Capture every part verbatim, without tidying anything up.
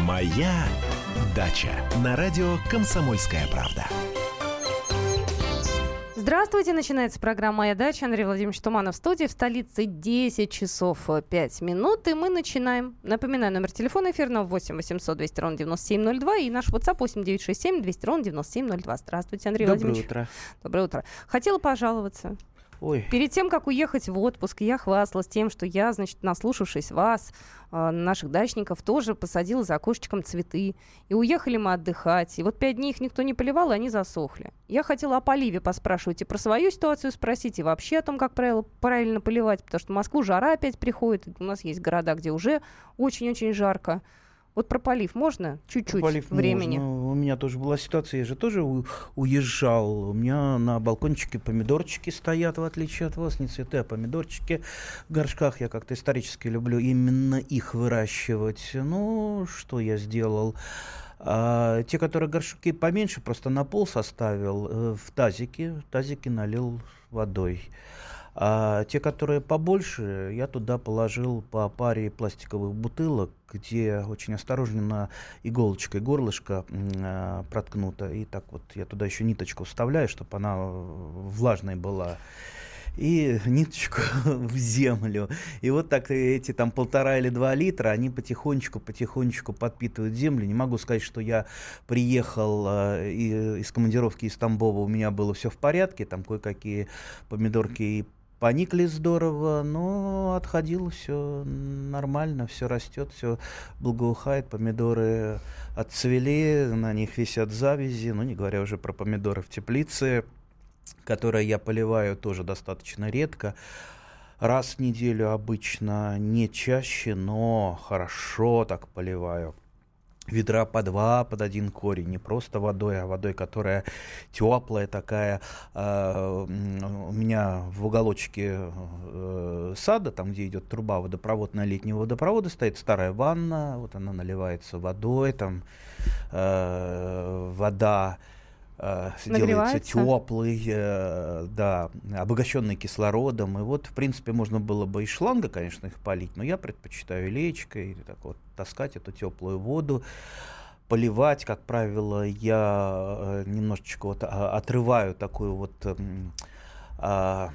Моя дача на радио «Комсомольская правда». Здравствуйте, начинается программа «Моя дача». Андрей Владимирович Туманов в студии. В столице десять часов пять минут, и мы начинаем. Напоминаю, номер телефона эфирного восемь восемьсот двести ровно девяносто семь ноль два и наш WhatsApp восемь девятьсот шестьдесят семь двести ровно девяносто семь ноль два. Здравствуйте, Андрей Доброе Владимирович. Утро. Доброе утро. Хотела пожаловаться. Ой. Перед тем, как уехать в отпуск, я хвасталась тем, что я, значит, наслушавшись вас, э, наших дачников, тоже посадила за окошечком цветы. И уехали мы отдыхать. И вот пять дней их никто не поливал, и они засохли. Я хотела о поливе поспрашивать и про свою ситуацию спросить, и вообще о том, как правило, правильно поливать, потому что в Москву жара опять приходит. У нас есть города, где уже очень-очень жарко. Вот про полив можно чуть-чуть Полив времени? Можно. У меня тоже была ситуация, я же тоже у- уезжал. У меня на балкончике помидорчики стоят, в отличие от вас, не цветы, а помидорчики в горшках. Я как-то исторически люблю именно их выращивать. Ну, что я сделал? А, те, которые горшки поменьше, просто на пол составил, э, в тазике, в тазике налил водой. А те, которые побольше, я туда положил по паре пластиковых бутылок, где очень осторожно иголочкой горлышко э, проткнуто. И так вот я туда еще ниточку вставляю, чтобы она влажной была. И ниточку в землю. И вот так эти там полтора или два литра, они потихонечку-потихонечку подпитывают землю. Не могу сказать, что я приехал э, и, из командировки из Тамбова, у меня было все в порядке, там кое-какие помидорки и поникли здорово, но отходило все нормально, все растет, все благоухает, помидоры отцвели, на них висят завязи, ну не говоря уже про помидоры в теплице, которые я поливаю тоже достаточно редко, раз в неделю обычно, не чаще, но хорошо так поливаю. Ведра по два, под один корень, не просто водой, а водой, которая теплая такая. Э, у меня в уголочке э, сада, там, где идет труба водопроводная, летнего водопровода, стоит старая ванна, вот она наливается водой, там э, вода э, делается теплой, э, да, обогащенной кислородом. И вот, в принципе, можно было бы из шланга, конечно, их полить, но я предпочитаю леечкой, так вот, таскать эту теплую воду, поливать. Как правило, я немножечко вот отрываю такую вот а,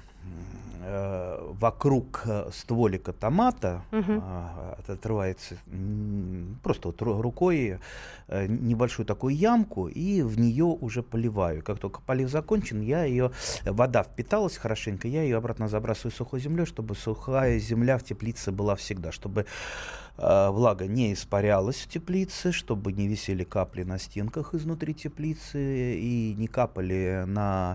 а, вокруг стволика томата, угу. а, отрывается просто вот рукой небольшую такую ямку, и в нее уже поливаю. Как только полив закончен, я ее, вода впиталась хорошенько, я ее обратно забрасываю сухой землей, чтобы сухая земля в теплице была всегда, чтобы влага не испарялась в теплице, чтобы не висели капли на стенках изнутри теплицы и не капали на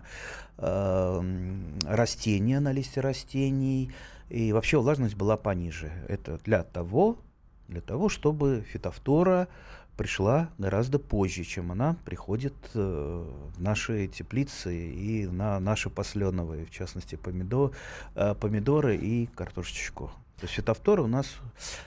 э, растения, на листья растений. И вообще влажность была пониже. Это для того, для того, чтобы фитофтора пришла гораздо позже, чем она приходит э, в наши теплицы и на наши посленовые, в частности, помидор, э, помидоры и картошечку. То есть фитофтора у нас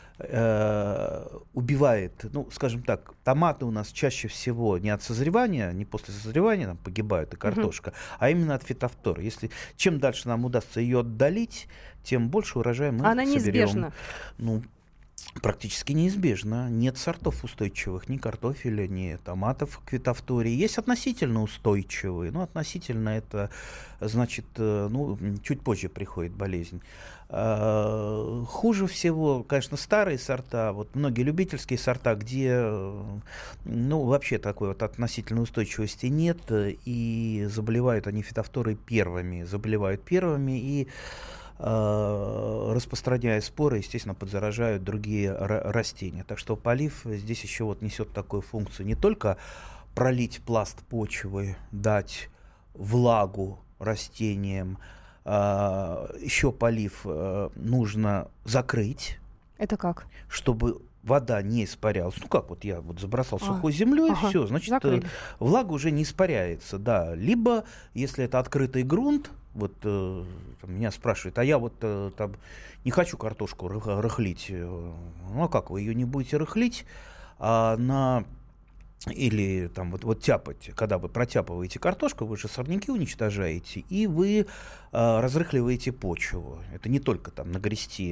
убивает, ну, скажем так, томаты у нас чаще всего не от созревания, не после созревания там погибают и картошка, uh-huh. а именно от фитофторы. Если чем дальше нам удастся ее отдалить, тем больше урожая мы Она соберем. Неизбежна. Ну, практически неизбежно. Нет сортов устойчивых, ни картофеля, ни томатов к фитофторе. Есть относительно устойчивые, но относительно это значит, ну, чуть позже приходит болезнь. Хуже всего, конечно, старые сорта, вот многие любительские сорта, где, ну, вообще такой вот относительной устойчивости нет, и заболевают они фитофторой первыми, заболевают первыми, и распространяя споры, естественно, подзаражают другие р- растения. Так что полив здесь еще вот несет такую функцию: не только пролить пласт почвы, дать влагу растениям, а, еще полив а, нужно закрыть. Это как? Чтобы вода не испарялась. Ну как, вот я вот забросал а, сухой землей, ага, все, значит, закрыли. Влага уже не испаряется, да. Либо, если это открытый грунт, вот э, там, меня спрашивают, а я вот э, там не хочу картошку рых- рыхлить. Ну а как, вы ее не будете рыхлить, а на... Или там вот, вот тяпать, когда вы протяпываете картошку, вы же сорняки уничтожаете, и вы э, разрыхливаете почву. Это не только там нагрести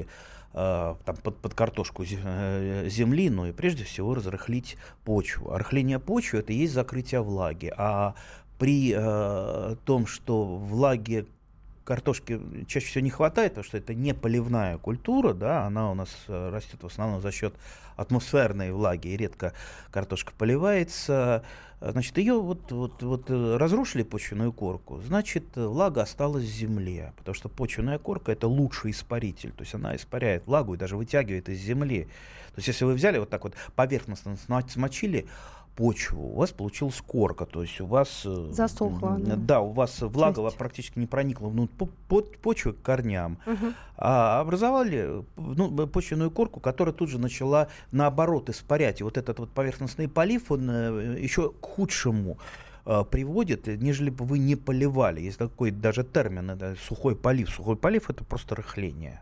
там, под, под картошку земли, но и прежде всего разрыхлить почву. А рыхление почвы — это и есть закрытие влаги. А при э, том, что влаги картошки чаще всего не хватает, потому что это не поливная культура, да, она у нас растет в основном за счет атмосферной влаги, и редко картошка поливается. Значит, ее вот, вот, вот разрушили почвенную корку, значит, влага осталась в земле, потому что почвенная корка — это лучший испаритель, то есть она испаряет влагу и даже вытягивает из земли. То есть если вы взяли вот так вот поверхностно смочили почву, у вас получилась корка, то есть у вас засохла. Да, да, у вас влага практически не проникла внутрь почвы к корням, угу. а образовали ну, почвенную корку, которая тут же начала наоборот испарять. И вот этот вот поверхностный полив, он еще к худшему приводит, нежели бы вы не поливали. Есть такой даже термин, это сухой полив. Сухой полив — это просто рыхление.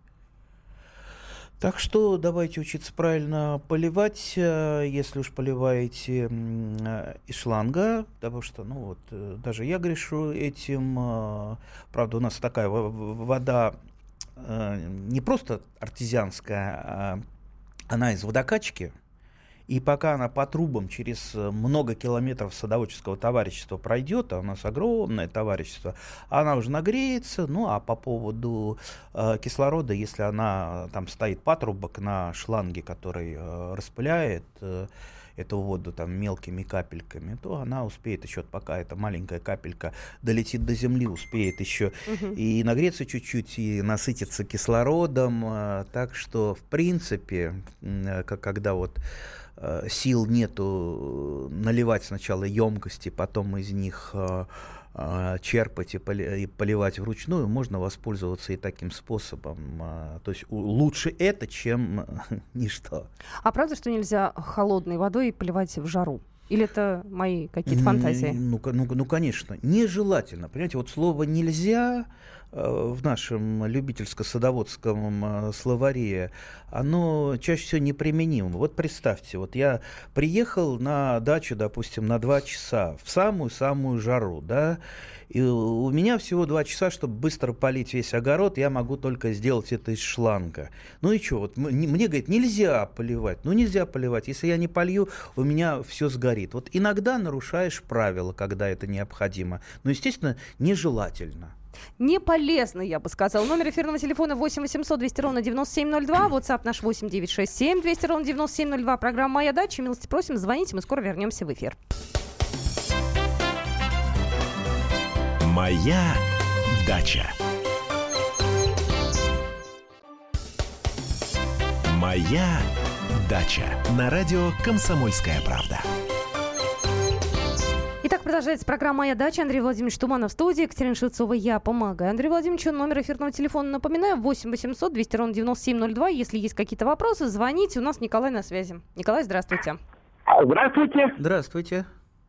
Так что давайте учиться правильно поливать, если уж поливаете из шланга, потому что, ну вот, даже я грешу этим. Правда, у нас такая вода не просто артезианская, а она из водокачки. И пока она по трубам через много километров садоводческого товарищества пройдет, а у нас огромное товарищество, она уже нагреется. Ну а по поводу э, кислорода, если она там стоит патрубок на шланге, который э, распыляет э, эту воду там мелкими капельками, то она успеет еще, пока эта маленькая капелька долетит до земли, успеет еще угу. и нагреться чуть-чуть, и насытиться кислородом. Э, так что, в принципе, э, когда вот сил нету наливать сначала емкости, потом из них э, э, черпать и, поли, и поливать вручную, можно воспользоваться и таким способом. Э, то есть лучше это, чем э, ничто. А правда, что нельзя холодной водой поливать в жару? Или это мои какие-то фантазии? Ну, ну, ну конечно, нежелательно. Понимаете, вот слово «нельзя» в нашем любительско-садоводском словаре, оно чаще всего неприменимо. Вот представьте, вот я приехал на дачу, допустим, на два часа, в самую-самую жару, да, и у меня всего два часа, чтобы быстро полить весь огород, я могу только сделать это из шланга. Ну и что, вот мне, мне говорят, нельзя поливать. Ну нельзя поливать, если я не полью, у меня все сгорит. Вот иногда нарушаешь правила, когда это необходимо, но, естественно, нежелательно. Не полезно, я бы сказала. Номер эфирного телефона восемь восемьсот двести ровно девяносто семь ноль два. WhatsApp наш восемь девятьсот шестьдесят семь двести ровно девяносто семь ноль два. Программа «Моя дача». Милости просим, звоните, мы скоро вернемся в эфир. «Моя дача». «Моя дача». На радио «Комсомольская правда». Итак, продолжается программа «Моя дача». Андрей Владимирович Туманов в студии. Екатерина Шевцова, я помогаю. Андрей Владимирович, номер эфирного телефона напоминаю. восемь восемьсот двести ровно девяносто семь ноль два. Если есть какие-то вопросы, звоните. У нас Николай на связи. Николай, здравствуйте. Здравствуйте. Здравствуйте.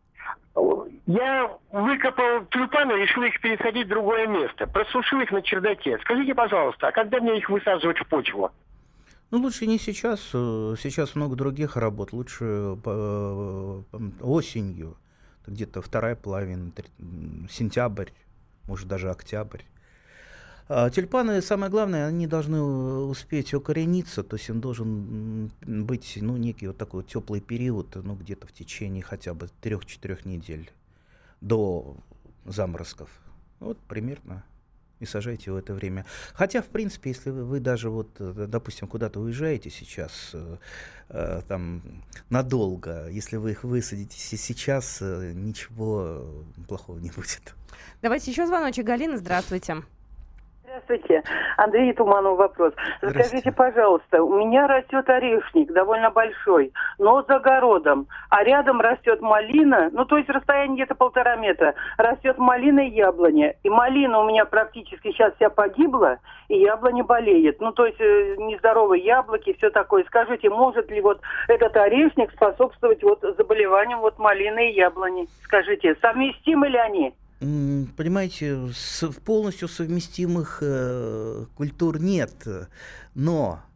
Я выкопал тюльпаны, решил их пересадить в другое место. Просушил их на чердаке. Скажите, пожалуйста, а когда мне их высаживать в почву? Ну, лучше не сейчас. Сейчас много других работ. Лучше осенью. Где-то вторая половина, сентябрь, может даже октябрь. А тюльпаны, самое главное, они должны успеть укорениться, то есть им должен быть ну, некий вот такой вот теплый период, ну, где-то в течение хотя бы трех-четырех недель до заморозков. Вот примерно. И сажайте в это время. Хотя, в принципе, если вы, вы даже вот, допустим, куда-то уезжаете сейчас, э, там, надолго, если вы их высадите сейчас, э, ничего плохого не будет. Давайте еще звоночек. Галина, здравствуйте. Здравствуйте. Андрей Туманов вопрос. Скажите, пожалуйста, у меня растет орешник, довольно большой, но за огородом, а рядом растет малина, ну то есть расстояние где-то полтора метра, растет малина и яблоня. И малина у меня практически сейчас вся погибла, и яблоня болеет. Ну то есть э, нездоровые яблоки, все такое. Скажите, может ли вот этот орешник способствовать вот заболеваниям вот малины и яблони? Скажите, совместимы ли они? Понимаете, с, полностью совместимых э, культур нет, но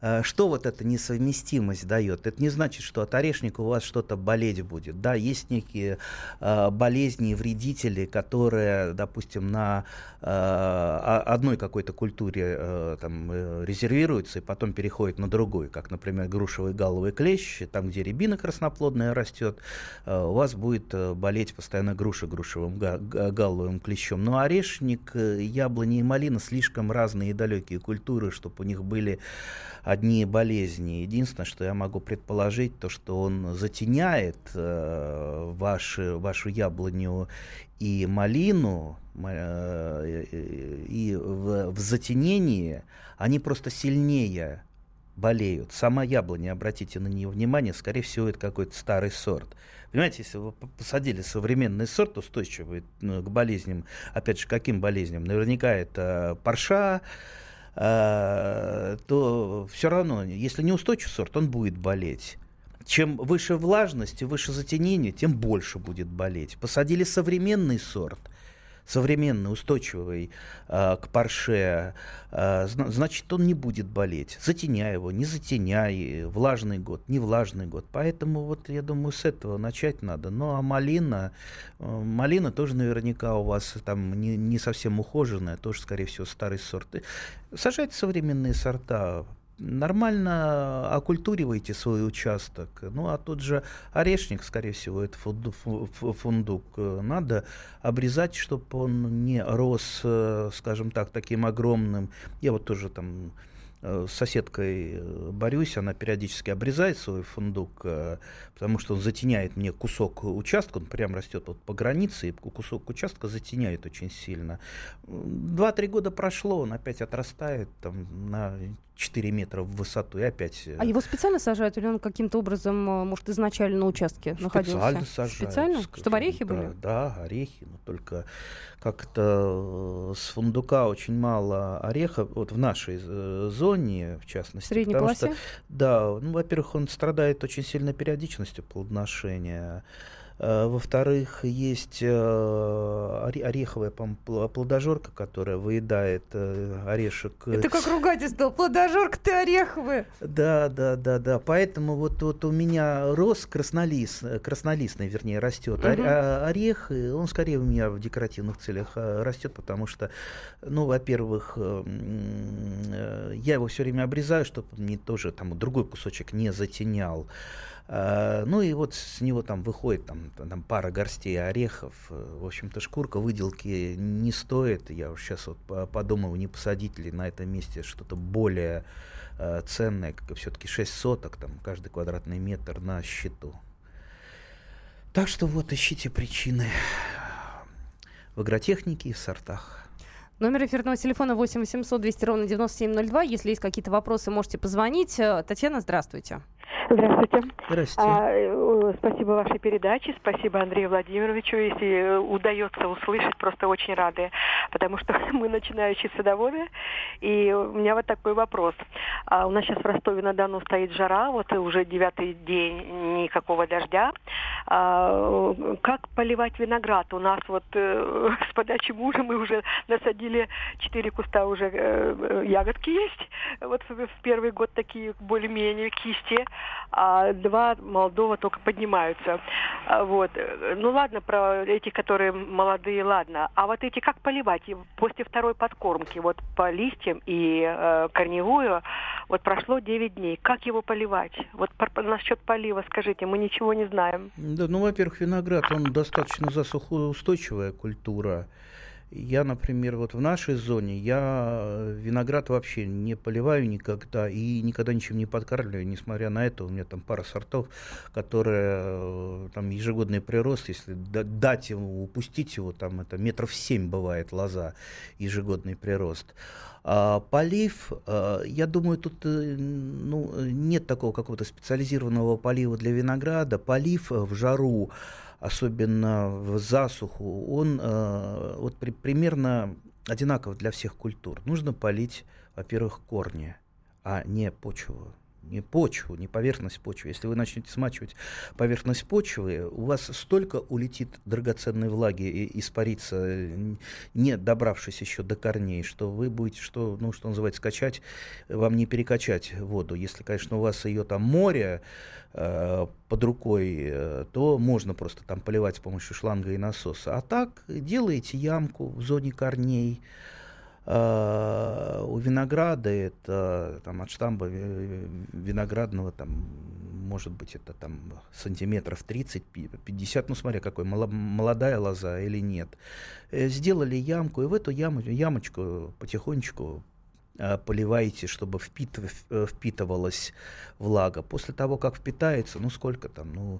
Что вот эта несовместимость дает? Это не значит, что от орешника у вас что-то болеть будет. Да, есть некие э, болезни и вредители, которые, допустим, на э, одной какой-то культуре э, там, э, резервируются и потом переходят на другую, как, например, грушевый галловый клещ, там, где рябина красноплодная растет, э, у вас будет э, болеть постоянно груша грушевым га- галловым клещом. Но орешник, э, яблони и малина слишком разные и далекие культуры, чтобы у них были одни болезни. Единственное, что я могу предположить, то, что он затеняет э, ваши, вашу яблоню и малину, э, и в, в затенении они просто сильнее болеют. Сама яблоня, обратите на нее внимание, скорее всего, это какой-то старый сорт. Понимаете, если вы посадили современный сорт, устойчивый к болезням, опять же, каким болезням? Наверняка это парша, то все равно, если неустойчивый сорт, он будет болеть. Чем выше влажность и выше затенение, тем больше будет болеть. Посадили современный сорт, современный, устойчивый э, к парше, э, значит, он не будет болеть. Затеняй его, не затеняй, влажный год, не влажный год. Поэтому вот я думаю, с этого начать надо. Ну а малина, э, малина тоже наверняка у вас там не, не совсем ухоженная, тоже, скорее всего, старый сорт. Сажайте современные сорта. Нормально окультуривайте свой участок. Ну, а тот же орешник, скорее всего, это фундук. Надо обрезать, чтобы он не рос, скажем так, таким огромным. Я вот тоже там с соседкой борюсь, она периодически обрезает свой фундук, потому что он затеняет мне кусок участка, он прям растет вот по границе, и кусок участка затеняет очень сильно. Два-три года прошло, он опять отрастает там, на четыре метра в высоту и опять... А его специально сажают или он каким-то образом, может, изначально на участке находился? Специально сажают. Специально? Скажем, чтобы орехи да, были? Да, орехи, но только как-то с фундука очень мало орехов, вот в нашей зоне, в частности. В средней полосе? Что, да, ну, во-первых, он страдает очень сильной периодичностью плодоношения. Во-вторых, есть ореховая плодожорка, которая выедает орешек. Это как ругательство. Плодожорка ты ореховая. Да, да, да, да. Поэтому вот, вот у меня рос краснолист, краснолистный, вернее, растет угу. орех. Он скорее у меня в декоративных целях растет, потому что, ну, во-первых, я его все время обрезаю, чтобы мне тоже там другой кусочек не затенял. Uh, ну и вот с него там выходит там, там пара горстей орехов. В общем-то, шкурка выделки не стоит. Я уж сейчас вот подумал, не посадить ли на этом месте что-то более uh, ценное, как все-таки шесть соток, там, каждый квадратный метр на счету. Так что вот ищите причины в агротехнике и в сортах. Номер эфирного телефона восемь восемьсот двести ровно девяносто семь ноль два. Если есть какие-то вопросы, можете позвонить. Татьяна, здравствуйте. Здравствуйте. Здравствуйте. А, спасибо вашей передаче, спасибо Андрею Владимировичу. Если удается услышать, просто очень рады, потому что мы начинающие садоводы. И у меня вот такой вопрос. А, у нас сейчас в Ростове-на-Дону стоит жара, вот уже девятый день никакого дождя. А, как поливать виноград? У нас вот э, с подачи мужа мы уже насадили четыре куста, уже э, ягодки есть. Вот в первый год такие более-менее кисти. А два молодого только поднимаются. А, вот. Ну ладно, про эти, которые молодые, ладно. А вот эти как поливать? После второй подкормки, вот по листьям и э, корневую, вот прошло девять дней. Как его поливать? Вот по, насчет полива скажите, мы ничего не знаем. Да, ну, во-первых, виноград, он достаточно засухоустойчивая культура. Я, например, вот в нашей зоне, я виноград вообще не поливаю никогда и никогда ничем не подкармливаю, несмотря на это, у меня там пара сортов, которые, там, ежегодный прирост, если дать ему, упустить его, там, это метров семь бывает лоза, ежегодный прирост. А полив, я думаю, тут ну, нет такого какого-то специализированного полива для винограда. Полив в жару, особенно в засуху, он э, вот при, примерно одинаков для всех культур. Нужно полить, во-первых, корни, а не почву. не почву, не поверхность почвы. Если вы начнете смачивать поверхность почвы, у вас столько улетит драгоценной влаги и испарится, не добравшись еще до корней, что вы будете, что, ну, что называется, качать, вам не перекачать воду. Если, конечно, у вас ее там море э, под рукой, э, то можно просто там поливать с помощью шланга и насоса. А так делаете ямку в зоне корней. Uh, у винограда это там, от штамба виноградного там, может быть, это там сантиметров тридцать-пятьдесят, ну смотря какой, молодая лоза или нет. Сделали ямку, и в эту яму, ямочку потихонечку поливаете, чтобы впитыв, впитывалась влага. После того, как впитается, ну сколько там, ну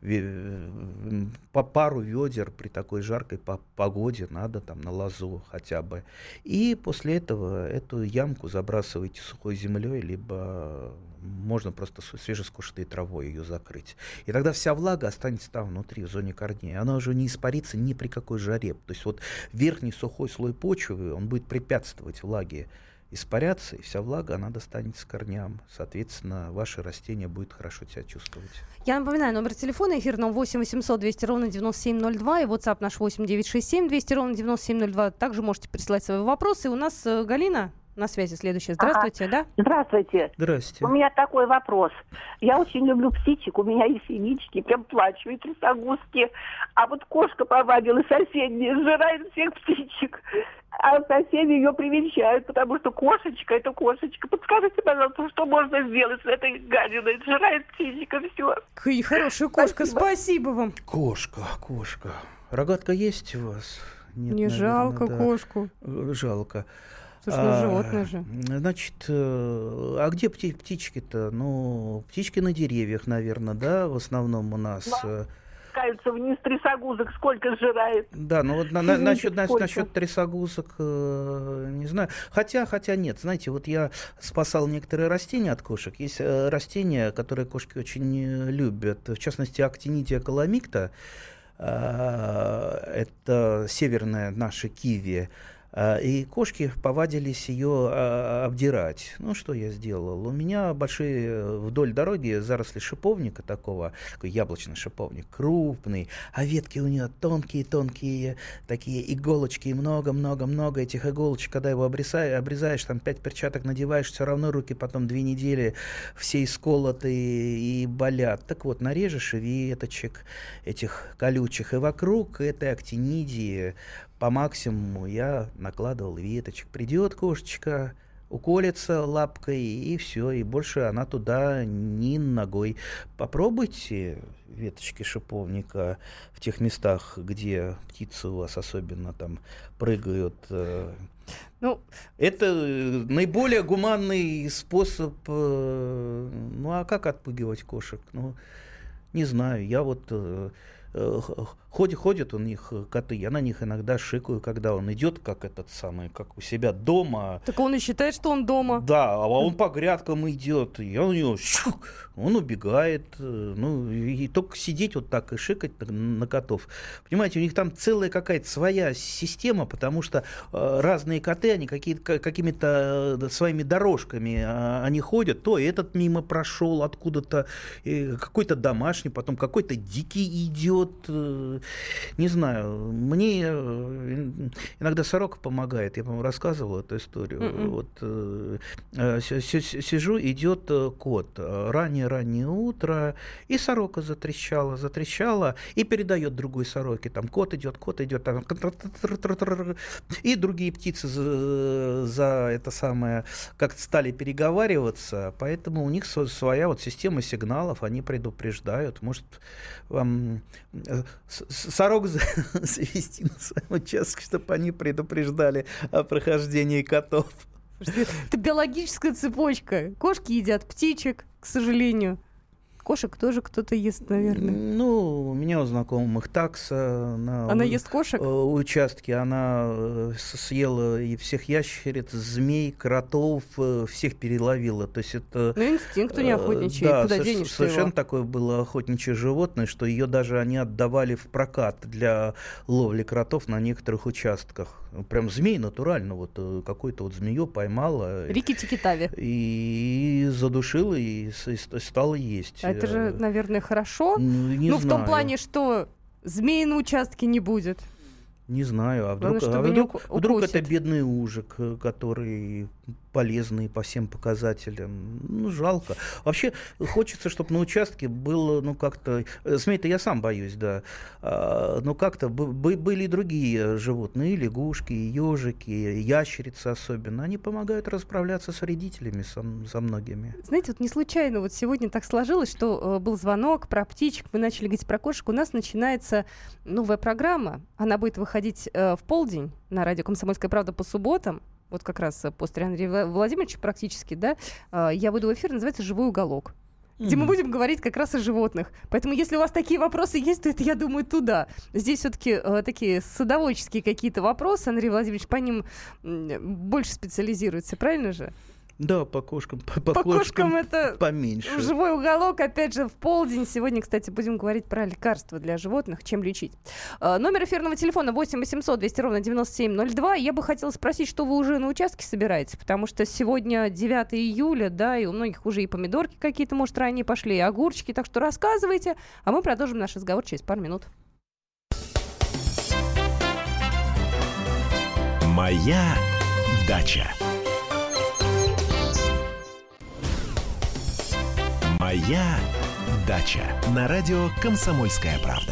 по пару ведер при такой жаркой погоде надо там на лозу хотя бы. И после этого эту ямку забрасываете сухой землей, либо можно просто свежескошенной травой ее закрыть. И тогда вся влага останется там внутри, в зоне корней. Она уже не испарится ни при какой жаре. То есть вот верхний сухой слой почвы, он будет препятствовать влаге испаряться, и вся влага, она достанется корням. Соответственно, ваше растение будет хорошо себя чувствовать. Я напоминаю, номер телефона эфирного восемь восемьсот двести ровно девяносто семь ноль два и WhatsApp наш восемь девятьсот шестьдесят семь двести ровно девяносто семь ноль два. Также можете присылать свои вопросы. У нас э, Галина на связи следующая. Здравствуйте, ага. Да? Здравствуйте. Здравствуйте. У меня такой вопрос. Я очень люблю птичек, у меня и синички, прям плачу, и трясогузки. А вот кошка повадила соседняя, сжирает всех птичек. А соседи ее привечают, потому что кошечка, это кошечка. Подскажите, пожалуйста, что можно сделать с этой гадиной? Сжирает птичка, все. Какая хорошая кошка, спасибо. Спасибо вам. Кошка, кошка. Рогатка есть у вас? Нет, не наверное, жалко да. Кошку. Жалко. Слушай, ну животное же. Значит, а где пти- птички-то? Ну, птички на деревьях, наверное, да, в основном у нас. Да. Каются вниз трясогузок, сколько сжирает. Да, ну вот на, на, насчет, насчет трясогузок, э, не знаю. Хотя, хотя нет, знаете, вот я спасал некоторые растения от кошек. Есть э, растения, которые кошки очень любят. В частности, актинидия каламикта. Э, это северная наша киви. И кошки повадились ее обдирать. Ну, что я сделал? У меня большие вдоль дороги заросли шиповника такого, такой яблочный шиповник, крупный, а ветки у нее тонкие-тонкие, такие иголочки, много-много-много этих иголочек. Когда его обрезаешь, обрезаешь, там пять перчаток надеваешь, все равно руки потом две недели все исколотые и болят. Так вот, нарежешь веточек этих колючих, и вокруг этой актинидии по максимуму я накладывал веточек. Придет кошечка, уколется лапкой, и все, и больше она туда ни ногой. Попробуйте веточки шиповника в тех местах, где птицы у вас особенно там прыгают. Ну, это наиболее гуманный способ. Ну, а как отпугивать кошек? Ну, не знаю, я вот... Ходит, ходят у них коты, я на них иногда шикаю, когда он идет, как этот самый, как у себя дома. Так он и считает, что он дома. Да, а он по грядкам идет, и он, у него, он убегает. Ну, и только сидеть вот так и шикать на котов. Понимаете, у них там целая какая-то своя система, потому что разные коты, они какими-то своими дорожками они ходят. То этот мимо прошел откуда-то, какой-то домашний, потом какой-то дикий идет. Не знаю, мне иногда сорока помогает, я, по-моему, рассказывал эту историю. Mm-mm. Вот э, сижу, идет кот, раннее-раннее утро, и сорока затрещала, затрещала, и передает другой сороке, там кот идет, кот идет, там, и другие птицы за, за это самое, как-то стали переговариваться, поэтому у них своя вот система сигналов, они предупреждают, может, вам сорок завести на своем участке, чтобы они предупреждали о прохождении котов. Это биологическая цепочка. Кошки едят птичек, к сожалению. Кошек тоже кто-то ест, наверное. Ну, у меня у знакомых такса на Она у- ест кошек? участке. Она э, с- съела и всех ящериц, змей, кротов, э, всех переловила. То есть это... Ну, инстинкт у нее э, охотничий. да, Куда соверш- денешься совершенно его? такое было охотничье животное, что ее даже они отдавали в прокат для ловли кротов на некоторых участках. Прям змей натурально. Вот э, какую-то вот змею поймала. Рикки-тикки-тави. И задушила, и, с- и ст- стала есть. А это же, наверное, хорошо. Ну, не ну, в том знаю. плане, что змеи на участке не будет. Не знаю, а Главное, вдруг, а чтобы не вдруг, уку- вдруг укусит. это бедный ужик, э, который полезный по всем показателям. Ну, жалко. Вообще, хочется, чтобы на участке было, ну, как-то... э, Змей-то я сам боюсь, да. А, но как-то бы- бы- были и другие животные, лягушки, ежики, ящерицы особенно. Они помогают расправляться с вредителями, со, со многими. Знаете, вот не случайно вот сегодня так сложилось, что э, был звонок про птичек, мы начали говорить про кошек. У нас начинается новая программа. Она будет выходить э, в полдень на радио «Комсомольская правда» по субботам. Вот как раз э, после Андрея Вла- Владимировича практически, да. Э, я выйду в эфир, называется «Живой уголок», где мы Мгм. будем говорить как раз о животных. Поэтому, если у вас такие вопросы есть, то это, я думаю, туда. Здесь все-таки э, такие садоводческие какие-то вопросы. Андрей Владимирович по ним м, больше специализируется, правильно же? Да, по кошкам, по, по По кошкам кошкам это поменьше. живой уголок, опять же, в полдень. Сегодня, кстати, будем говорить про лекарства для животных, чем лечить. Э, Номер эфирного телефона восемь восемьсот двести ровно девяносто семь ноль два. Я бы хотела спросить, что вы уже на участке собираете, потому что сегодня девятое июля, да, и у многих уже и помидорки какие-то, может, ранее пошли, и огурчики, так что рассказывайте, а мы продолжим наш разговор через пару минут. «Моя дача». «Моя дача» на радио «Комсомольская правда».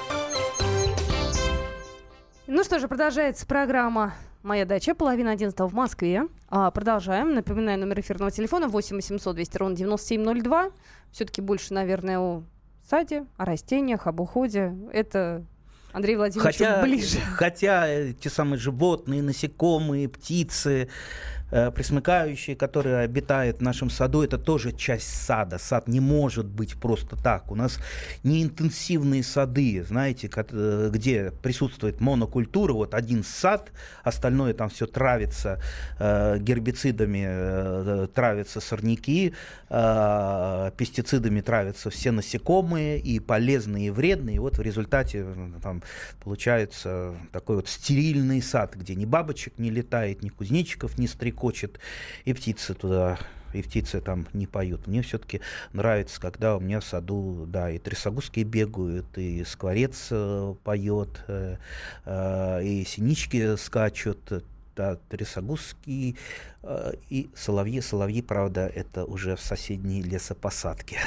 Ну что же, продолжается программа «Моя дача», половина одиннадцатого в Москве. А, продолжаем. Напоминаю, номер эфирного телефона восемь восемьсот двести ровно девяносто семь ноль два. Все-таки больше, наверное, о саде, о растениях, об уходе. Это Андрей Владимирович Хотя, ближе. хотя э, те самые животные, насекомые, птицы, э, пресмыкающие, которые обитают в нашем саду, это тоже часть сада. Сад не может быть просто так. У нас не интенсивные сады, знаете, ко- э, где присутствует монокультура. Вот один сад, остальное там все травится э, гербицидами, э, травятся сорняки, э, пестицидами травятся все насекомые, и полезные, и вредные. И вот в результате э, там получается такой вот стерильный сад, где ни бабочек не летает, ни кузнечиков не стрекочет, и птицы туда, и птицы там не поют. Мне все-таки нравится, когда у меня в саду, да, и трясогузки бегают, и скворец э, поет, э, э, и синички скачут, да, трясогузки э, и соловьи. Соловьи, правда, это уже в соседней лесопосадке.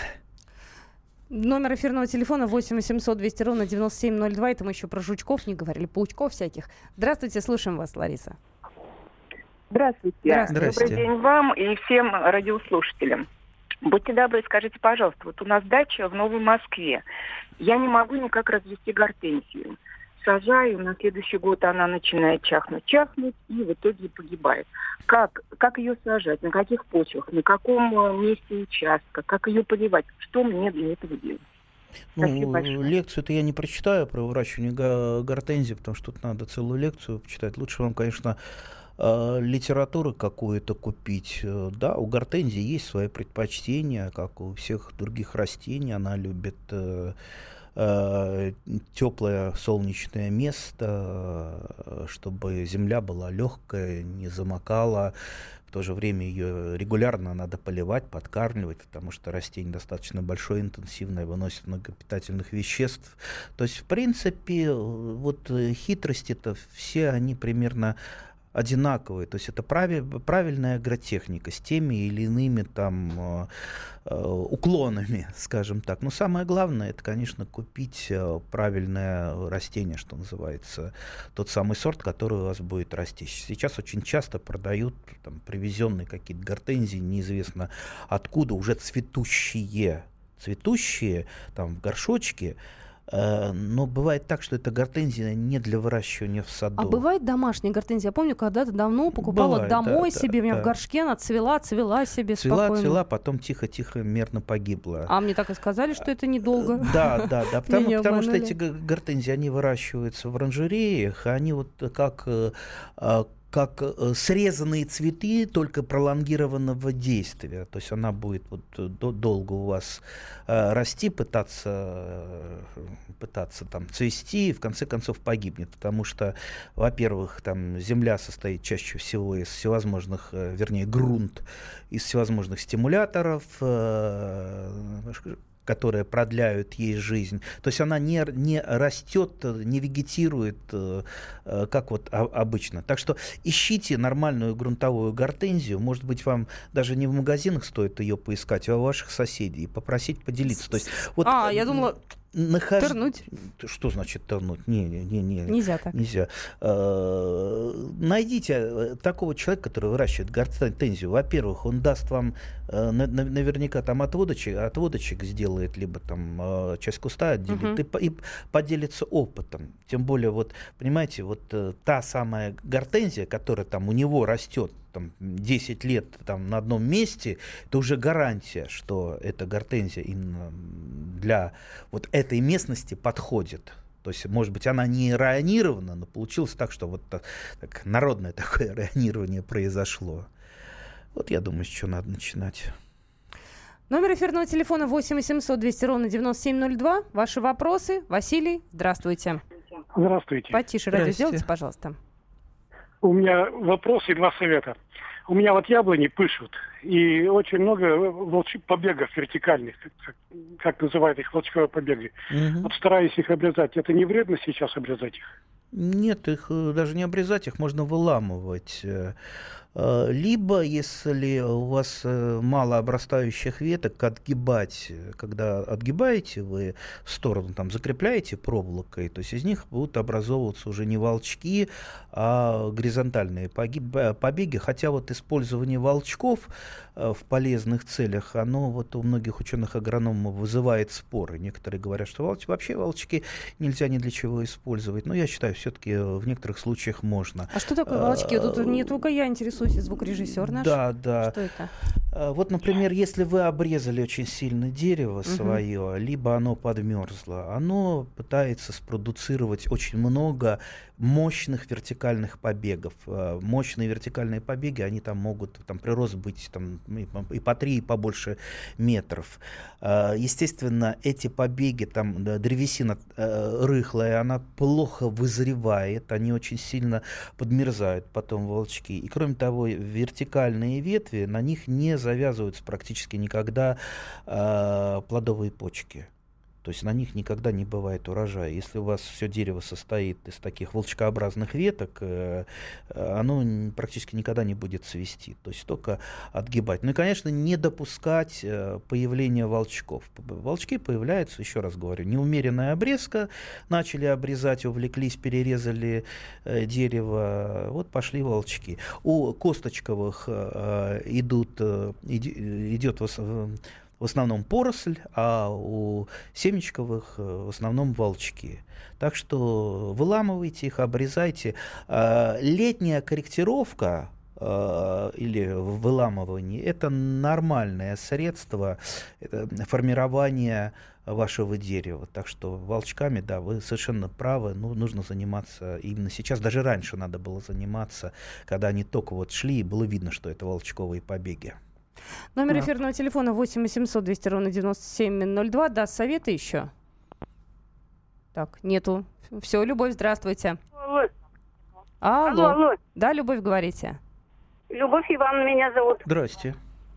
Номер эфирного телефона восемь восемьсот двести ровно девяносто семь ноль два. Это мы еще про жучков не говорили, паучков всяких. Здравствуйте, слушаем вас, Лариса. Здравствуйте. Здравствуйте. Добрый день вам и всем радиослушателям. Будьте добры, скажите, пожалуйста, вот у нас дача в Новой Москве. Я не могу никак развести гортензию. Сажаю, на следующий год она начинает чахнуть, чахнуть и в итоге погибает. Как, как ее сажать, на каких почвах, на каком э, месте участка, как ее поливать, что мне для этого делать? Спасибо Ну, большое. лекцию-то я не прочитаю про выращивание го- гортензий, потому что тут надо целую лекцию почитать. Лучше вам, конечно, э, литературу какую-то купить. Э, Да, у гортензии есть свои предпочтения, как у всех других растений. Она любит э, э, теплое солнечное место, э, чтобы земля была легкая, не замокала. В то же время ее регулярно надо поливать, подкармливать, потому что растение достаточно большое, интенсивное, выносит много питательных веществ. То есть, в принципе, вот э, хитрости-то все они примерно одинаковые. То есть это прави- правильная агротехника с теми или иными там э, э, уклонами, скажем так. Но самое главное, это, конечно, купить э, правильное растение, что называется, тот самый сорт, который у вас будет расти. Сейчас очень часто продают там привезенные какие-то гортензии, неизвестно откуда, уже цветущие, цветущие там в горшочке, Но бывает так, что эта гортензия не для выращивания в саду. А бывает домашняя гортензия? Я помню, когда-то давно покупала бывает, домой да, себе, да, у меня да. в горшке, она цвела, цвела себе цвела, спокойно. Цвела, потом тихо-тихо, мерно погибла. А мне так и сказали, что это недолго. Да, да, да, потому, потому что обманули. эти гортензии, они выращиваются в оранжереях, они вот как... как срезанные цветы, только пролонгированного действия. То есть она будет вот долго у вас э, расти, пытаться, пытаться там цвести, и в конце концов погибнет. Потому что, во-первых, там земля состоит чаще всего из всевозможных, э, вернее, грунт из всевозможных стимуляторов, э, которые продляют ей жизнь. То есть она не, не растет, не вегетирует, э, э, как вот а, обычно. Так что ищите нормальную грунтовую гортензию. Может быть, вам даже не в магазинах стоит ее поискать, а у ваших соседей и попросить поделиться. То есть, вот, а, я думала... Нахож... Тернуть? Что значит тернуть? Не, не, не, не. Нельзя так. Нельзя. Найдите такого человека, который выращивает гортензию. Во-первых, он даст вам наверняка там отводочек, отводочек сделает, либо там часть куста отделит, uh-huh. и, и поделится опытом. Тем более, вот, понимаете, вот та самая гортензия, которая там у него растет там, десять лет там, на одном месте, это уже гарантия, что эта гортензия именно для вот этой местности подходит. То есть, может быть, она не районирована, но получилось так, что вот так, так, народное такое районирование произошло. Вот я думаю, с чего надо начинать. Номер эфирного телефона восемь восемьсот двести ровно девяносто семь ноль два. Ваши вопросы. Василий, здравствуйте. Здравствуйте. Потише радио сделайте, пожалуйста. У меня вопрос и два совета. У меня вот яблони пышут, и очень много волчьих побегов вертикальных, как, как называют их, волчковые побеги. Угу. Вот стараюсь их обрезать. Это не вредно сейчас обрезать их? Нет, их даже не обрезать, их можно выламывать. Либо, если у вас мало обрастающих веток, отгибать. Когда отгибаете, вы в сторону там закрепляете проволокой, то есть из них будут образовываться уже не волчки, а горизонтальные побеги. Хотя вот использование волчков в полезных целях, оно вот у многих ученых-агрономов вызывает споры. Некоторые говорят, что волч... вообще волчки нельзя ни для чего использовать. Но я считаю, все-таки в некоторых случаях можно. А что такое волчки? Тут не только я интересуюсь, звукорежиссер наш. Да, да. Что это? Вот, например, если вы обрезали очень сильно дерево свое, угу. либо оно подмерзло, оно пытается спродуцировать очень много мощных вертикальных побегов. Мощные вертикальные побеги, они там могут, там прирост быть там, и по три, и побольше метров. Естественно, эти побеги, там древесина рыхлая, она плохо вызревает, они очень сильно подмерзают потом волчки. И кроме того, вертикальные ветви, на них не завязываются практически никогда плодовые почки. То есть на них никогда не бывает урожая. Если у вас все дерево состоит из таких волчкообразных веток, оно практически никогда не будет цвести. То есть только отгибать. Ну и, конечно, не допускать появления волчков. Волчки появляются, еще раз говорю, неумеренная обрезка. Начали обрезать, увлеклись, перерезали дерево. Вот пошли волчки. У косточковых идут, идет в основном поросль, а у семечковых в основном волчки. Так что выламывайте их, обрезайте. Летняя корректировка или выламывание — это нормальное средство формирования вашего дерева. Так что волчками, да, вы совершенно правы, ну, нужно заниматься именно сейчас. Даже раньше надо было заниматься, когда они только вот шли, и было видно, что это волчковые побеги. Номер да. эфирного телефона восемь восемьсот двести ровно девяносто семь ноль два. Да, советы еще? Так, нету. Все, Любовь, здравствуйте. Алло. Алло. Алло, алло. Да, Любовь, говорите. Любовь Ивановна меня зовут. Здрасте.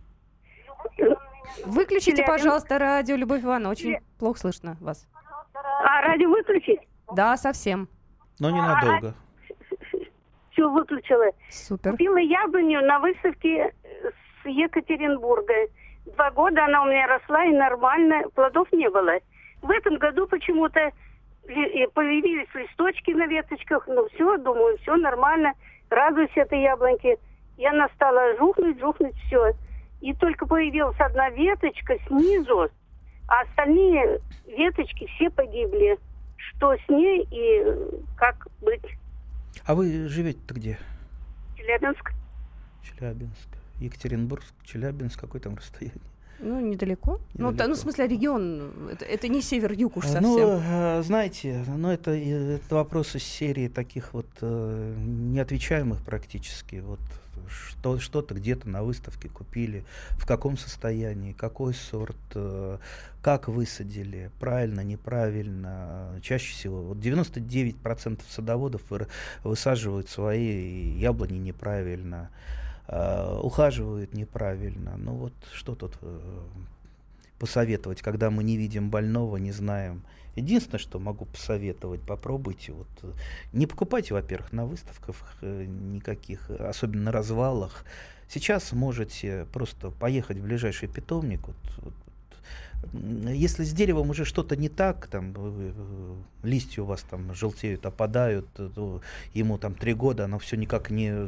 Выключите, Челябинск. пожалуйста, радио, Любовь Ивановна. Очень Челябинск. Плохо слышно вас. А радио выключить? Да, совсем. Но ненадолго. Все выключила. Супер. Купила яблоню на выставке с Екатеринбурга. Два года она у меня росла, и нормально, плодов не было. В этом году почему-то появились листочки на веточках. Ну все, думаю, все нормально. Радуюсь этой яблоньке. И она стала жухнуть, жухнуть, все. И только появилась одна веточка снизу. а остальные веточки все погибли. Что с ней и как быть? А вы живете-то где? Челябинск. Челябинск. Екатеринбург, Челябинск, какое там расстояние? Ну, недалеко. Ну, та, ну, в смысле, регион, это, это не север-юг уж совсем. Ну, знаете, ну, это, это вопрос из серии таких вот э, неотвечаемых практически. Вот что, что-то где-то на выставке купили, в каком состоянии, какой сорт, э, как высадили, правильно, неправильно. Чаще всего вот девяносто девять процентов садоводов высаживают свои яблони неправильно. Uh, ухаживают неправильно. Ну вот что тут uh, посоветовать, когда мы не видим больного, не знаем. Единственное, что могу посоветовать, попробуйте. Вот, uh, не покупайте, во-первых, на выставках uh, никаких, особенно на развалах. Сейчас можете просто поехать в ближайший питомник. Вот, вот, если с деревом уже что-то не так, там листья у вас там желтеют, опадают, то ему там три года, оно все никак не,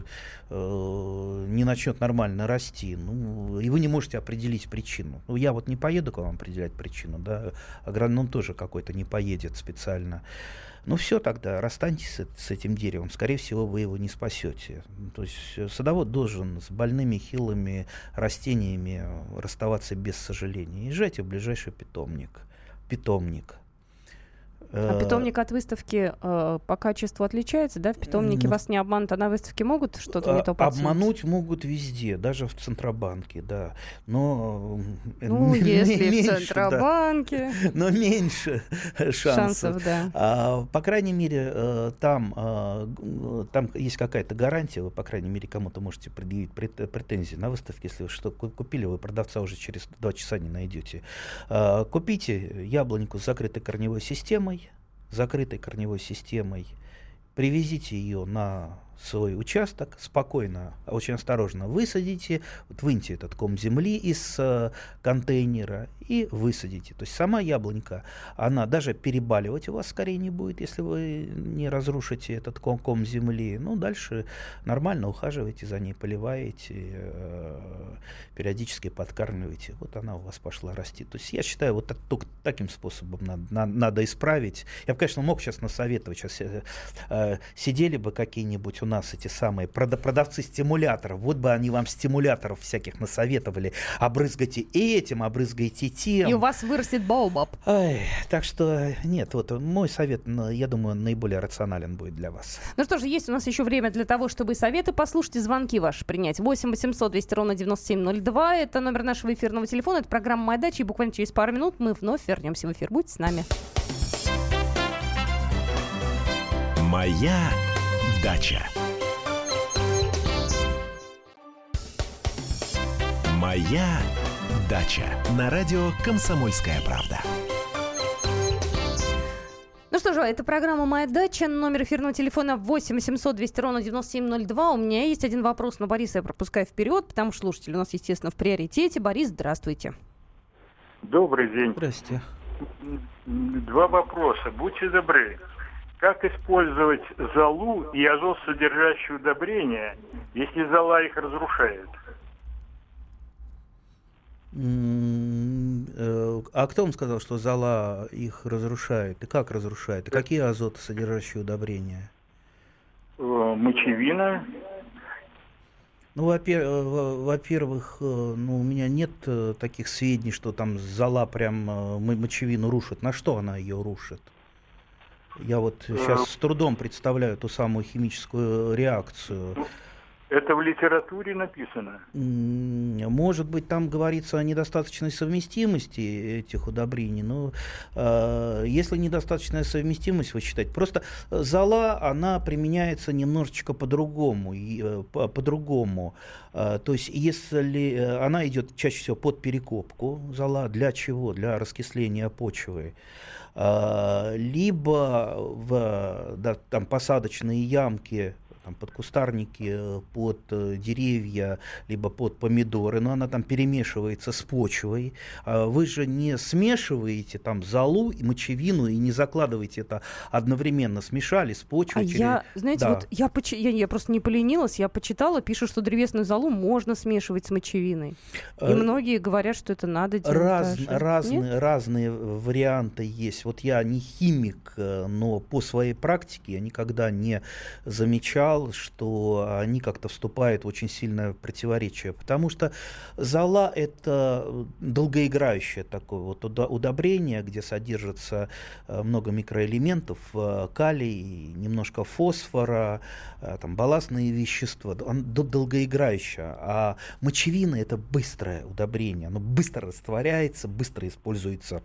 э, не начнет нормально расти. Ну, и вы не можете определить причину. Ну, я вот не поеду к вам определять причину, да, агроном тоже какой-то не поедет специально. Ну все, тогда расстаньтесь с, с этим деревом. Скорее всего, вы его не спасете. То есть садовод должен с больными, хилыми растениями расставаться без сожаления. Езжайте в ближайший питомник. Питомник. А питомник от выставки э, по качеству отличается, да? В питомнике ну, вас не обманут, а на выставке могут что-то не то подсунуть? Обмануть могут везде, даже в Центробанке, да. Но ну, м- если меньше, в Центробанке. Да, но меньше шансов. шансов да. а, по крайней мере, там, там есть какая-то гарантия, вы, по крайней мере, кому-то можете предъявить претензии на выставке. Если вы что купили, вы продавца уже через два часа не найдете. А, купите яблоньку с закрытой корневой системой, закрытой корневой системой, привезите ее на свой участок, спокойно, очень осторожно высадите, вот выньте этот ком земли из э, контейнера и высадите. То есть сама яблонька, она даже перебаливать у вас скорее не будет, если вы не разрушите этот ком, ком земли. Ну, дальше нормально ухаживаете за ней, поливаете, э, периодически подкармливаете. Вот она у вас пошла расти. То есть я считаю, вот так, только таким способом надо, надо, надо исправить. Я бы, конечно, мог сейчас насоветовать, сейчас э, э, сидели бы какие-нибудь у нас эти самые продавцы стимуляторов, вот бы они вам стимуляторов всяких насоветовали, обрызгайте этим, обрызгайте тем. И у вас вырастет баобаб. Ой, так что нет, вот мой совет, я думаю, наиболее рационален будет для вас. Ну что же, есть у нас еще время для того, чтобы советы послушать и звонки ваши принять. восемь восемьсот двести ровно девяносто семь ноль два, это номер нашего эфирного телефона, это программа «Моя дача», и буквально через пару минут мы вновь вернемся в эфир. Будьте с нами. «Моя дача». «Моя дача» на радио «Комсомольская правда». Ну что же, это программа «Моя дача». Номер эфирного телефона восемь восемьсот двести ровно девяносто семь ноль два. У меня есть один вопрос, но Бориса я пропускаю вперед, потому что слушатель у нас, естественно, в приоритете. Борис, здравствуйте. Добрый день. Здравствуйте. Два вопроса. Будьте добры. Как использовать золу и азотсодержащие удобрения, если зола их разрушает? А кто вам сказал, что зола их разрушает? И как разрушает? И какие азотосодержащие удобрения? Мочевина. Ну, во-первых, ну, у меня нет таких сведений, что там зола прям мочевину рушит. На что она ее рушит? Я вот сейчас с трудом представляю ту самую химическую реакцию. Это в литературе написано. Может быть, там говорится о недостаточной совместимости этих удобрений, но э, если недостаточная совместимость, вы считаете, просто зола, она применяется немножечко по-другому, и, по- по-другому. Э, то есть, если она идет чаще всего под перекопку, зола, для чего? Для раскисления почвы. Э, либо в да, там, посадочные ямки, там, под кустарники, под деревья, либо под помидоры, но она там перемешивается с почвой. Вы же не смешиваете там золу и мочевину и не закладываете это одновременно. Смешали с почвой. А через... я, знаете, да. вот я, поч... я, я просто не поленилась, я почитала, пишут, что древесную золу можно смешивать с мочевиной. И э... многие говорят, что это надо делать. Раз, разные, разные варианты есть. Вот я не химик, но по своей практике я никогда не замечал, что они как-то вступают в очень сильное противоречие. Потому что зола — это долгоиграющее такое вот удобрение, где содержится много микроэлементов, калий, немножко фосфора, там, балластные вещества. Оно долгоиграющее. А мочевина — это быстрое удобрение. Оно быстро растворяется, быстро используется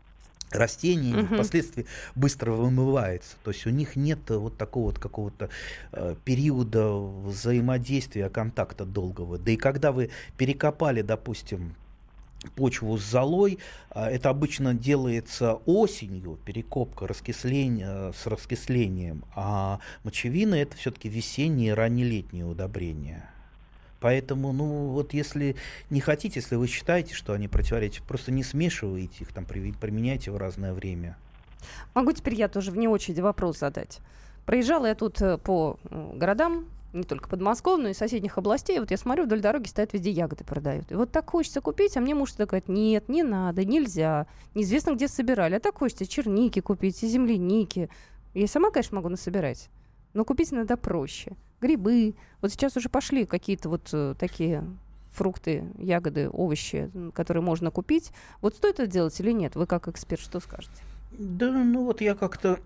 растениями, uh-huh. впоследствии быстро вымывается. То есть у них нет вот такого вот какого-то э, периода взаимодействия, контакта долгого. Да и когда вы перекопали, допустим, почву с золой, э, это обычно делается осенью, перекопка, раскисление, с раскислением, а мочевина — это все-таки весенние, раннелетние удобрения. Поэтому, ну, вот если не хотите, если вы считаете, что они противоречат, просто не смешивайте их, там, применяйте в разное время. Могу теперь я тоже вне очереди вопрос задать. Проезжала я тут по городам, не только подмосковных, но и соседних областей. Вот я смотрю, вдоль дороги стоят, везде ягоды продают. И вот так хочется купить, а мне муж всегда говорит: нет, не надо, нельзя. Неизвестно, где собирали. А так хочется черники купить, и земляники. Я сама, конечно, могу насобирать, но купить надо проще. Грибы. Вот сейчас уже пошли какие-то вот э, такие фрукты, ягоды, овощи, которые можно купить. Вот стоит это делать или нет? Вы как эксперт что скажете? Да, ну вот я как-то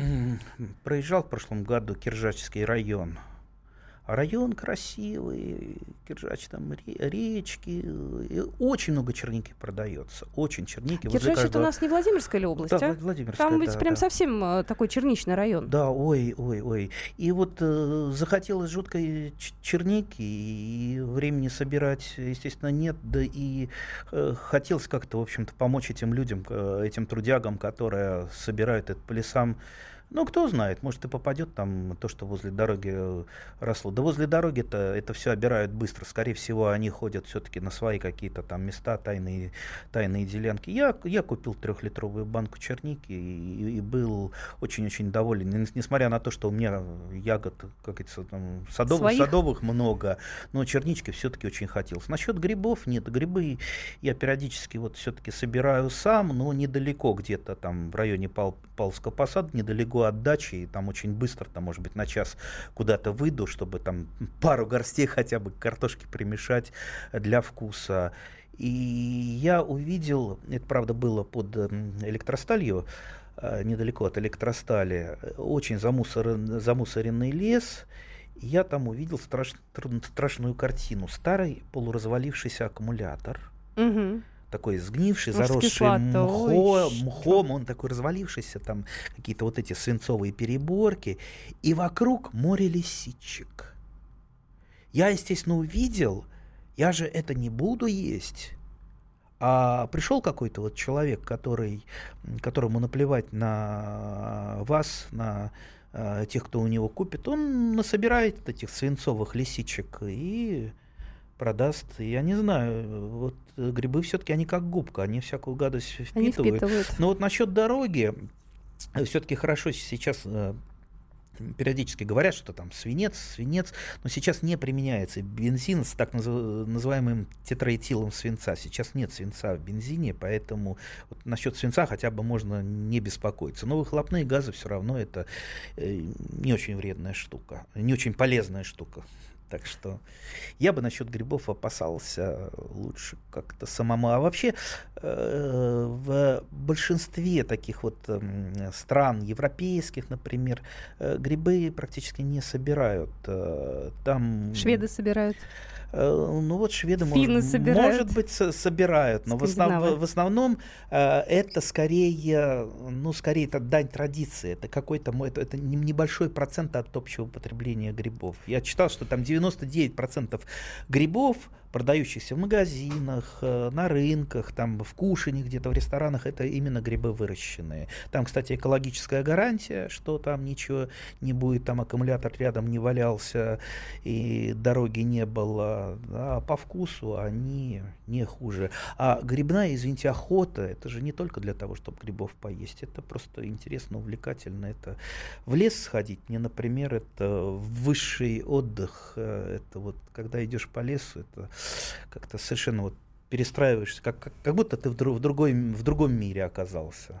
проезжал в прошлом году Киржачский район. Район красивый, Киржач, там речки, очень много черники продается, очень черники. Киржач каждого... это у нас не Владимирская ли область, да, а? Владимирская, там ведь да, прям да. совсем э, такой черничный район. Да, ой, ой, ой. И вот э, захотелось жуткой черники, и времени собирать, естественно, нет, да и э, хотелось как-то, в общем-то, помочь этим людям, э, этим трудягам, которые собирают это по лесам. Ну, кто знает, может и попадет там то, что возле дороги росло. Да возле дороги-то это все обирают быстро. Скорее всего, они ходят все-таки на свои какие-то там места, тайные, тайные делянки. Я, я купил трехлитровую банку черники и, и был очень-очень доволен. Несмотря на то, что у меня ягод, как говорится, там, садов, садовых много, но чернички все-таки очень хотелось. Насчет грибов нет. Грибы я периодически вот все-таки собираю сам, но недалеко где-то там в районе Пал, Павловского посада, недалеко от дачи, и там очень быстро, там, может быть, на час куда-то выйду, чтобы там пару горстей хотя бы картошки примешать для вкуса. И я увидел, это, правда, было под электросталью, недалеко от электростали, очень замусорен, замусоренный лес. Я там увидел страш, страшную картину. Старый полуразвалившийся аккумулятор, угу. такой сгнивший, может, заросший мхо, мхом, он такой развалившийся, там какие-то вот эти свинцовые переборки, и вокруг море лисичек. Я, естественно, увидел, я же это не буду есть. А пришел какой-то вот человек, который, которому наплевать на вас, на э, тех, кто у него купит, он насобирает этих свинцовых лисичек и продаст. Я не знаю, вот грибы все-таки они как губка, они всякую гадость впитывают. Они впитывают. Но вот насчет дороги, все-таки хорошо сейчас э, периодически говорят, что там свинец, свинец, но сейчас не применяется бензин с так назыв- называемым тетраэтилом свинца. Сейчас нет свинца в бензине, поэтому вот насчет свинца хотя бы можно не беспокоиться. Но выхлопные газы все равно это э, не очень вредная штука, не очень полезная штука. Так что я бы насчет грибов опасался лучше как-то самому. А вообще э, в большинстве таких вот э, стран европейских, например, э, грибы практически не собирают. Э, там... Шведы собирают. Э, ну вот шведы, может, может быть, со- собирают, но в, основ, в основном э, это скорее, ну, скорее это дань традиции. Это какой-то это, это небольшой процент от общего потребления грибов. Я читал, что там девяносто девять процентов грибов продающихся в магазинах, на рынках, там в кушанье где-то, в ресторанах, это именно грибы выращенные. Там, кстати, экологическая гарантия, что там ничего не будет, там аккумулятор рядом не валялся и дороги не было. А по вкусу они не хуже. А грибная, извините, охота, это же не только для того, чтобы грибов поесть, это просто интересно, увлекательно. Это в лес сходить, мне, например, это высший отдых. Это вот, когда идешь по лесу, это как-то совершенно вот перестраиваешься, как, как, как будто ты в, друг, в, другой, в другом мире оказался.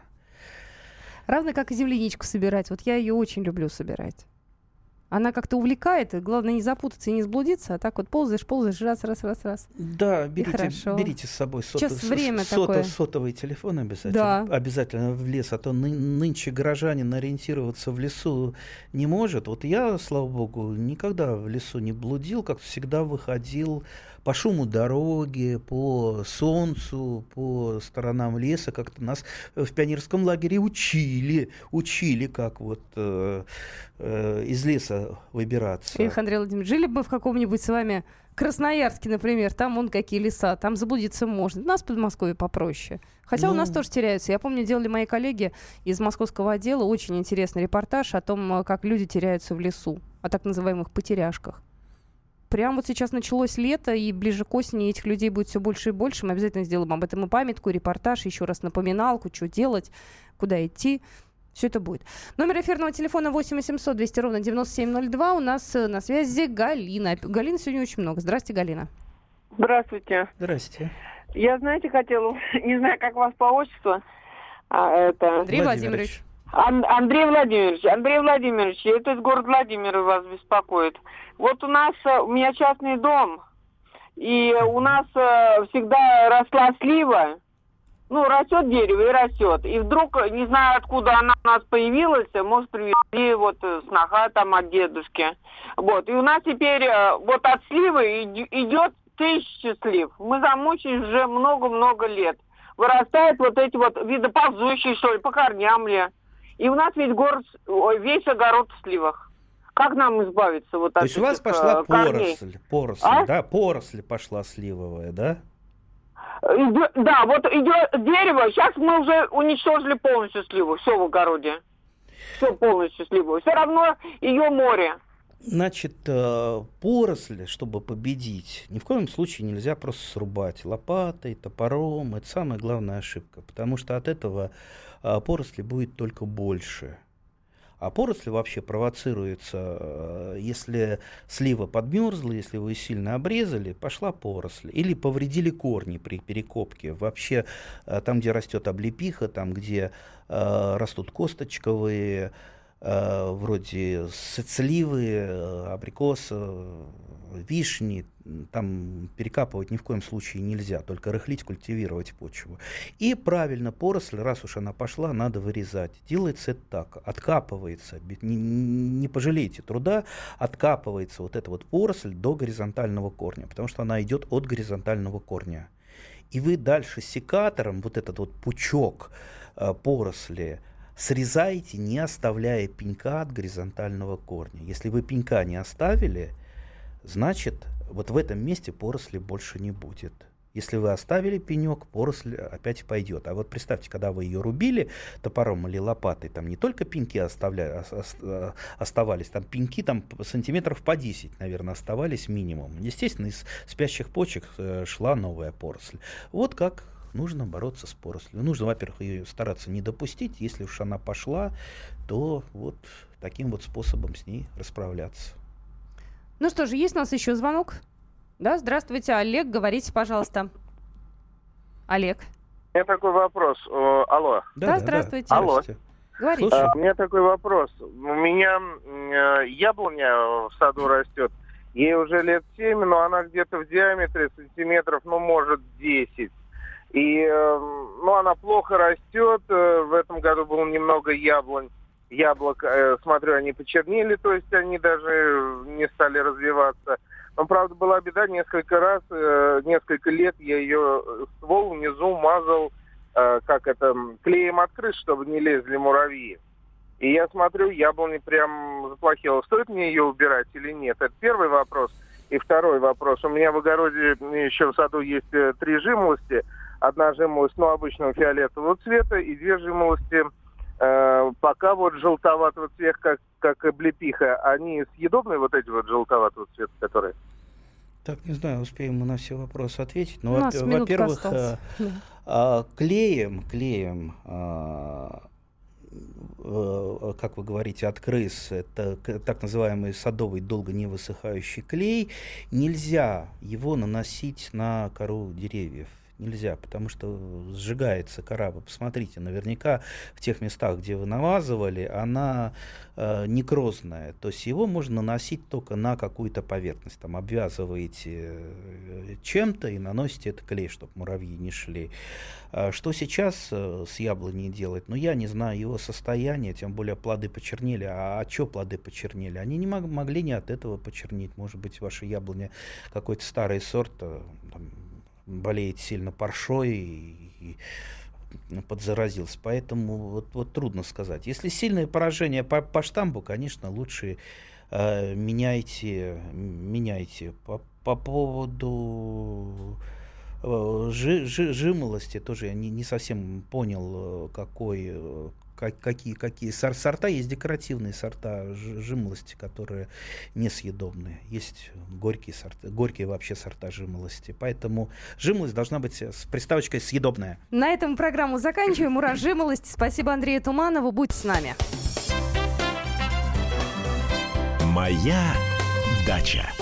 Равно как и земляничку собирать. Вот я ее очень люблю собирать. Она как-то увлекает, и главное не запутаться и не сблудиться, а так вот ползаешь, ползаешь, раз, раз, раз, раз. Да, берите, берите с собой сото, Сейчас время сото, такое. сотовый телефон обязательно, да. обязательно в лес, а то ны, нынче горожанин ориентироваться в лесу не может. Вот я, слава богу, никогда в лесу не блудил, как всегда выходил по шуму дороги, по солнцу, по сторонам леса. Как-то нас в пионерском лагере учили, учили, как вот э, э, из леса выбираться. Эх, Андрей Владимирович, жили бы в каком-нибудь с вами Красноярске, например, там вон какие леса, там заблудиться можно. У нас в Подмосковье попроще. Хотя ну... у нас тоже теряются. Я помню, делали мои коллеги из московского отдела очень интересный репортаж о том, как люди теряются в лесу, о так называемых потеряшках. Прямо вот сейчас началось лето, и ближе к осени этих людей будет все больше и больше. Мы обязательно сделаем об этом и памятку, и репортаж, еще раз напоминалку, что делать, куда идти. Все это будет. Номер эфирного телефона восемь восемьсот двести ровно девяносто семь ноль два. У нас на связи Галина. Галина сегодня очень много. Здравствуйте, Галина. Здравствуйте. Здравствуйте. Я, знаете, хотела, не знаю, как вас по отчеству, а это... Андрей Владимирович. Ан- Андрей Владимирович. Андрей Владимирович, это из города Владимира вас беспокоит. Вот у нас, у меня частный дом, и у нас э, всегда росла слива. Ну, растет дерево и растет. И вдруг, не знаю, откуда она у нас появилась, может, привезли вот сноха там от дедушки. Вот. И у нас теперь вот от сливы идет тысяча слив. Мы замучились уже много-много лет. Вырастают вот эти вот видоползущие, что ли, по корням ли. И у нас весь город, весь огород в сливах. Как нам избавиться вот от этих корней? То есть у вас пошла поросль, поросль, а? да? Поросль пошла сливовая, да? Да, вот идет дерево, сейчас мы уже уничтожили полностью сливу, все в огороде. Все полностью сливу. Все равно ее море. Значит, поросль, чтобы победить, ни в коем случае нельзя просто срубать лопатой, топором. Это самая главная ошибка, потому что от этого поросли будет только больше. А поросль вообще провоцируется, если слива подмерзла, если вы сильно обрезали, пошла поросль. Или повредили корни при перекопке. Вообще там, где растет облепиха, там, где э, растут косточковые, э, вроде сливы, абрикоса, вишни, там перекапывать ни в коем случае нельзя, только рыхлить, культивировать почву. И правильно, поросль, раз уж она пошла, надо вырезать. Делается это так, откапывается, не, не пожалейте труда, откапывается вот эта вот поросль до горизонтального корня, потому что она идет от горизонтального корня. И вы дальше секатором вот этот вот пучок э, поросли срезаете, не оставляя пенька от горизонтального корня. Если вы пенька не оставили, значит, вот в этом месте поросли больше не будет. Если вы оставили пенек, поросль опять пойдет. А вот представьте, когда вы ее рубили топором или лопатой, там не только пеньки оставляли, оставались, там пеньки там, сантиметров по десять, наверное, оставались минимум. Естественно, из спящих почек шла новая поросль. Вот как нужно бороться с порослью. Нужно, во-первых, ее стараться не допустить. Если уж она пошла, то вот таким вот способом с ней расправляться. Ну что же, есть у нас еще звонок? Да, здравствуйте, Олег, говорите, пожалуйста. Олег. У меня такой вопрос. О, алло. Да, да здравствуйте. Да. Алло. Говорите. А, у меня такой вопрос. У меня э, яблоня в саду растет. Ей уже лет семь, но она где-то в диаметре сантиметров, ну, может, десять. И, э, ну, она плохо растет. В этом году было немного яблонь. Яблок, э, смотрю, они почернели, то есть они даже не стали развиваться. Но, правда, была беда, несколько раз, э, несколько лет я ее ствол внизу мазал, э, как это, клеем от крыш, чтобы не лезли муравьи. И я смотрю, яблоня прям заплохела. Стоит мне ее убирать или нет? Это первый вопрос. И И второй вопрос. У меня в огороде еще в саду есть три жимолости. Одна жимолость, ну, обычного фиолетового цвета, и две жимолости э, пока вот желтоватого цвета, как, как облепиха. Они съедобные, вот эти вот желтоватого цвета, которые? Так, не знаю, успеем мы на все вопросы ответить. Но, во- во-первых, э, э, клеем, клеем, э, э, как вы говорите, от крыс, это к- так называемый садовый долго не высыхающий клей, нельзя его наносить на кору деревьев. Нельзя, потому что сжигается кора. Вы посмотрите, наверняка в тех местах, где вы намазывали, она э, некрозная. То есть его можно наносить только на какую-то поверхность. Там обвязываете чем-то и наносите это клей, чтобы муравьи не шли. А что сейчас э, с яблоней делать? Ну, я не знаю его состояние, тем более плоды почернели. А, а что плоды почернели? Они не мог, могли не от этого почернеть. Может быть, ваша яблоня какой-то старый сорт, э, там, болеет сильно паршой и, и подзаразился. Поэтому вот, вот трудно сказать. Если сильное поражение по, по штампу, конечно, лучше э, меняйте, меняйте. По, по поводу э, жи, жи, жимолости тоже я не, не совсем понял, какой... Как, какие, какие сорта. Есть декоративные сорта жимолости, которые несъедобные. Есть горькие сорта, горькие вообще сорта жимолости. Поэтому жимолость должна быть с приставочкой съедобная. На этом программу заканчиваем. Ура, жимолость. Спасибо Андрею Туманову. Будьте с нами. Моя дача.